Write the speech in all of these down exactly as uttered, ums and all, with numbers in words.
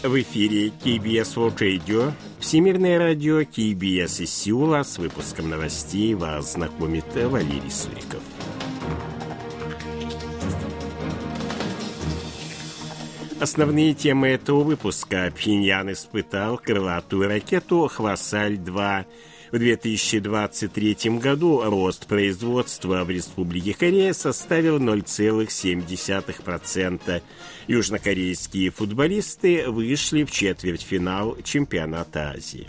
В эфире кей би эс World Radio, Всемирное радио кей би эс из Сеула. С выпуском новостей вас знакомит Валерий Суриков. Основные темы этого выпуска. Пхеньян испытал крылатую ракету «Хвасаль-два». В две тысячи двадцать третьем году рост производства в Республике Корея составил ноль целых семь десятых процента. Южнокорейские футболисты вышли в четвертьфинал чемпионата Азии.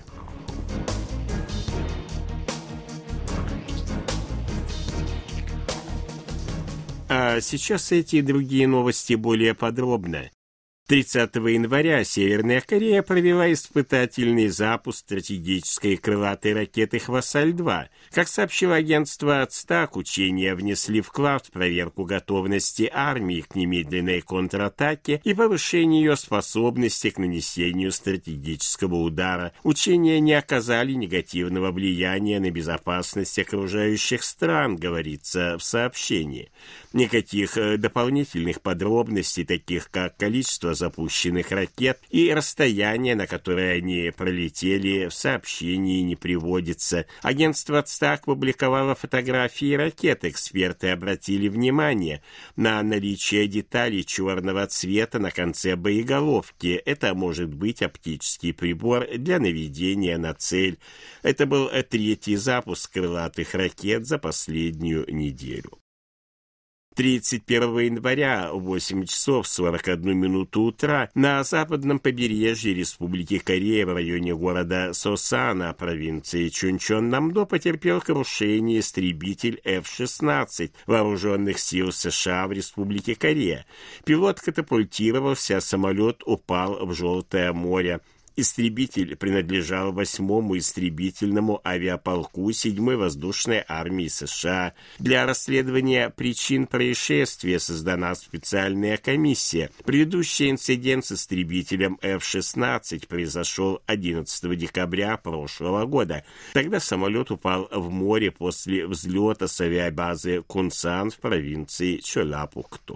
А сейчас эти и другие новости более подробно. тридцатого января Северная Корея провела испытательный запуск стратегической крылатой ракеты «Хвасаль-два». Как сообщило агентство Ацтак, учения внесли вклад в проверку готовности армии к немедленной контратаке и повышению ее способности к нанесению стратегического удара. Учения не оказали негативного влияния на безопасность окружающих стран, говорится в сообщении. Никаких дополнительных подробностей, таких как количество запущенных ракет и расстояние, на которое они пролетели, в сообщении не приводится. Агентство Ацтак публиковало фотографии ракет. Эксперты обратили внимание на наличие деталей черного цвета на конце боеголовки. Это может быть оптический прибор для наведения на цель. Это был третий запуск крылатых ракет за последнюю неделю. тридцать первого января в восемь часов сорок одну минуту утра на западном побережье Республики Корея в районе города Сосана, провинции Чунчон-Намдо, потерпел крушение истребитель эф шестнадцать вооруженных сил США в Республике Корея. Пилот катапультировался, а самолет упал в Желтое море. Истребитель принадлежал восьмому истребительному авиаполку седьмой воздушной армии США. Для расследования причин происшествия создана специальная комиссия. Предыдущий инцидент с истребителем эф шестнадцать произошел одиннадцатого декабря прошлого года. Тогда самолет упал в море после взлета с авиабазы Кунсан в провинции Чоляпукто.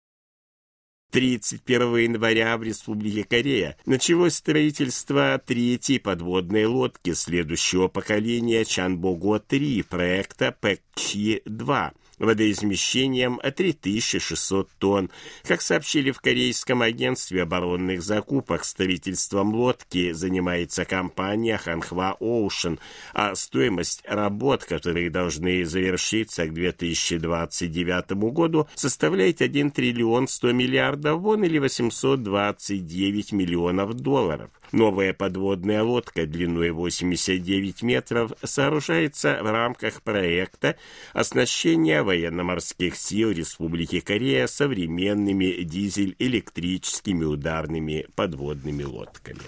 тридцать первого января в Республике Корея началось строительство третьей подводной лодки следующего поколения Чанбого-три проекта Пэкчи-два водоизмещением три тысячи шестьсот тонн. Как сообщили в Корейском агентстве оборонных закупок, строительством лодки занимается компания Hanwha Ocean, а стоимость работ, которые должны завершиться к две тысячи двадцать девятому году, составляет один триллион сто миллиардов вон или восемьсот двадцать девять миллионов долларов. Новая подводная лодка длиной восемьдесят девять метров сооружается в рамках проекта оснащения военно-морских сил Республики Корея современными дизель-электрическими ударными подводными лодками.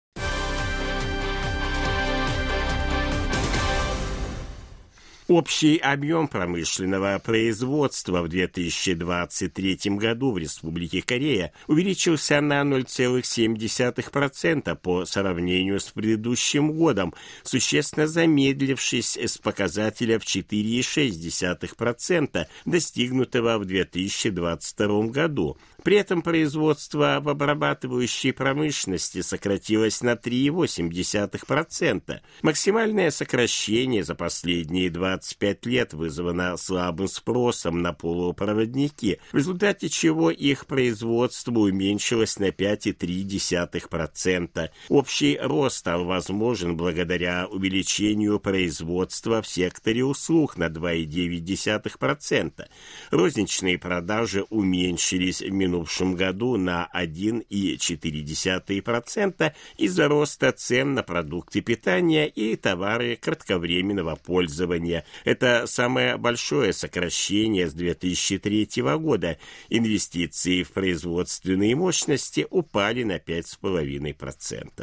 Общий объем промышленного производства в две тысячи двадцать третьем году в Республике Корея увеличился на ноль целых семь десятых процента по сравнению с предыдущим годом, существенно замедлившись с показателя в четыре целых шесть десятых процента, достигнутого в две тысячи двадцать втором году. При этом производство в обрабатывающей промышленности сократилось на три целых восемь десятых процента. Максимальное сокращение за последние двадцать пять лет вызвано слабым спросом на полупроводники, в результате чего их производство уменьшилось на пять целых три десятых процента. Общий рост стал возможен благодаря увеличению производства в секторе услуг на два целых девять десятых процента. Розничные продажи уменьшились в минувшем году на один целых четыре десятых процента из-за роста цен на продукты питания и товары кратковременного пользования. Это самое большое сокращение с две тысячи третьего года. Инвестиции в производственные мощности упали на пять целых пять десятых процента.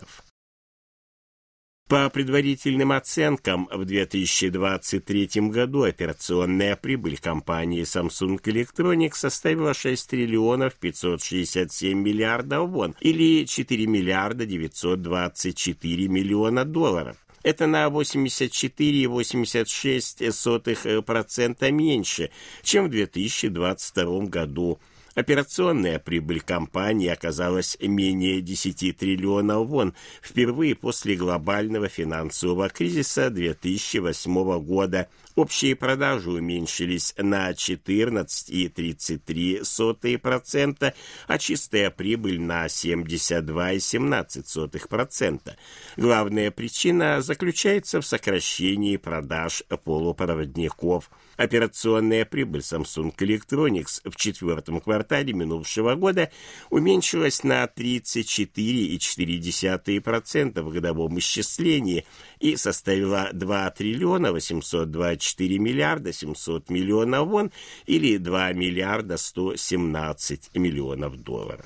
По предварительным оценкам, в две тысячи двадцать третьем году операционная прибыль компании Samsung Electronics составила шесть триллионов пятьсот шестьдесят семь миллиардов вон, или четыре миллиарда девятьсот двадцать четыре миллиона долларов. Это на восемьдесят четыре целых восемьдесят шесть сотых процента меньше, чем в две тысячи двадцать втором году. Операционная прибыль компании оказалась менее десяти триллионов вон, впервые после глобального финансового кризиса две тысячи восьмого года. Общие продажи уменьшились на четырнадцать целых тридцать три сотых процента, а чистая прибыль на семьдесят два целых семнадцать сотых процента. Главная причина заключается в сокращении продаж полупроводников. Операционная прибыль Samsung Electronics в четвертом квартале минувшего года уменьшилась на тридцать четыре целых четыре десятых процента в годовом исчислении и составила два триллиона восемьсот двадцать четыре миллиарда семьсот миллионов вон или два миллиарда сто семнадцать миллионов долларов.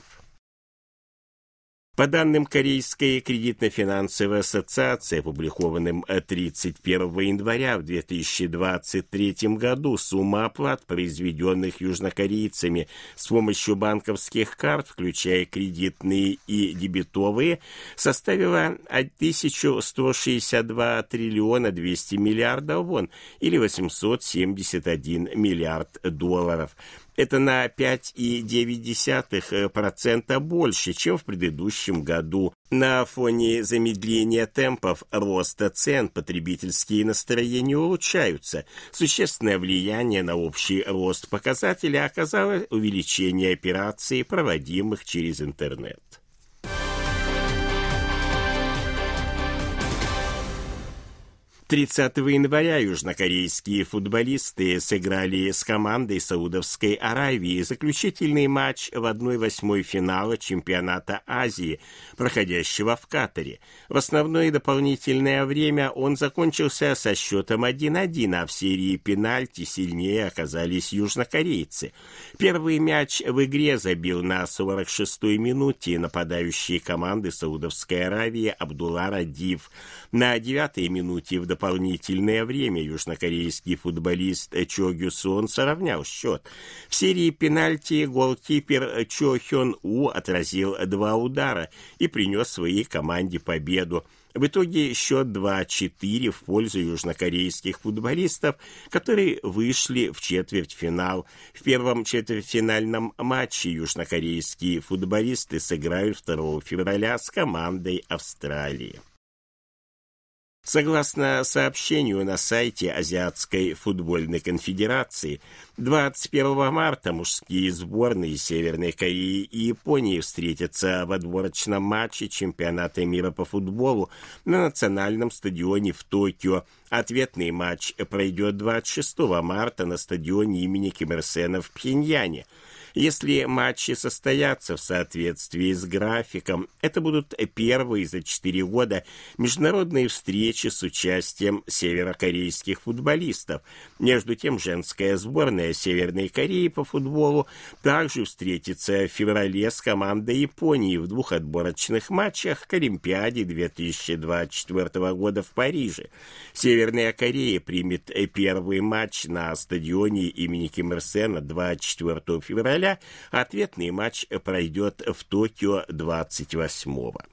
По данным Корейской кредитно-финансовой ассоциации, опубликованным тридцать первого января в две тысячи двадцать третьем году, сумма оплат, произведенных южнокорейцами с помощью банковских карт, включая кредитные и дебетовые, составила тысячу сто шестьдесят два триллиона двести миллиардов вон или восемьсот семьдесят один миллиард долларов. Это на пять целых девять десятых процента больше, чем в предыдущем году. На фоне замедления темпов роста цен потребительские настроения улучшаются. Существенное влияние на общий рост показателя оказало увеличение операций, проводимых через интернет. тридцатого января южнокорейские футболисты сыграли с командой Саудовской Аравии заключительный матч в одной восьмой финала чемпионата Азии, проходящего в Катаре. В основное и дополнительное время он закончился со счетом один один, а в серии пенальти сильнее оказались южнокорейцы. Первый мяч в игре забил на сорок шестой минуте нападающий команды Саудовской Аравии Абдулла Радиф. На девятой минуте в дополнительное время южнокорейский футболист Чо Гюсон сравнял счет. В серии пенальти голкипер Чо Хён У отразил два удара и принес своей команде победу. В итоге счет два-четыре в пользу южнокорейских футболистов, которые вышли в четвертьфинал. В первом четвертьфинальном матче южнокорейские футболисты сыграют второго февраля с командой Австралии. Согласно сообщению на сайте Азиатской футбольной конфедерации, двадцать первого марта мужские сборные Северной Кореи и Японии встретятся в отборочном матче чемпионата мира по футболу на национальном стадионе в Токио. Ответный матч пройдет двадцать шестого марта на стадионе имени Ким Ир Сена в Пхеньяне. Если матчи состоятся в соответствии с графиком, это будут первые за четыре года международные встречи с участием северокорейских футболистов. Между тем, женская сборная Северной Кореи по футболу также встретится в феврале с командой Японии в двух отборочных матчах к Олимпиаде две тысячи двадцать четвёртого года в Париже. Северная Корея примет первый матч на стадионе имени Ким Ир Сена двадцать четвёртого февраля. Ответный матч пройдет в Токио двадцать восьмого.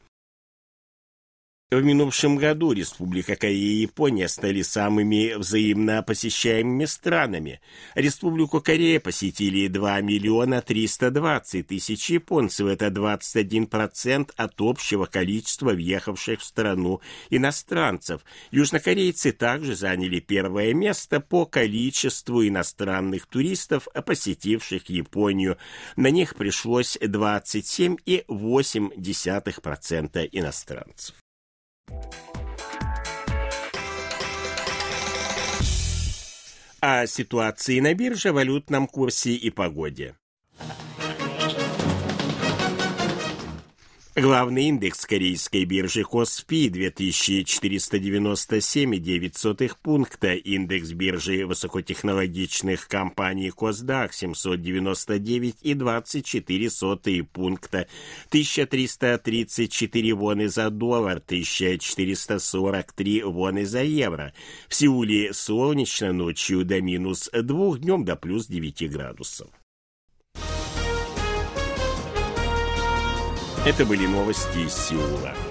В минувшем году Республика Корея и Япония стали самыми взаимно посещаемыми странами. Республику Корея посетили два миллиона триста двадцать тысяч японцев. Это двадцать один процент от общего количества въехавших в страну иностранцев. Южнокорейцы также заняли первое место по количеству иностранных туристов, посетивших Японию. На них пришлось двадцать семь целых восемь десятых процента иностранцев. О ситуации на бирже, валютном курсе и погоде. Главный индекс корейской биржи Коспи две тысячи четыреста девяносто семь целых девять сотых пункта, индекс биржи высокотехнологичных компаний Косдак семьсот девяносто девять целых двадцать четыре сотых пункта, тысяча триста тридцать четыре воны за доллар, тысяча четыреста сорок три воны за евро. В Сеуле солнечно, ночью до минус двух, днем до плюс девяти градусов. Это были новости из Сеула.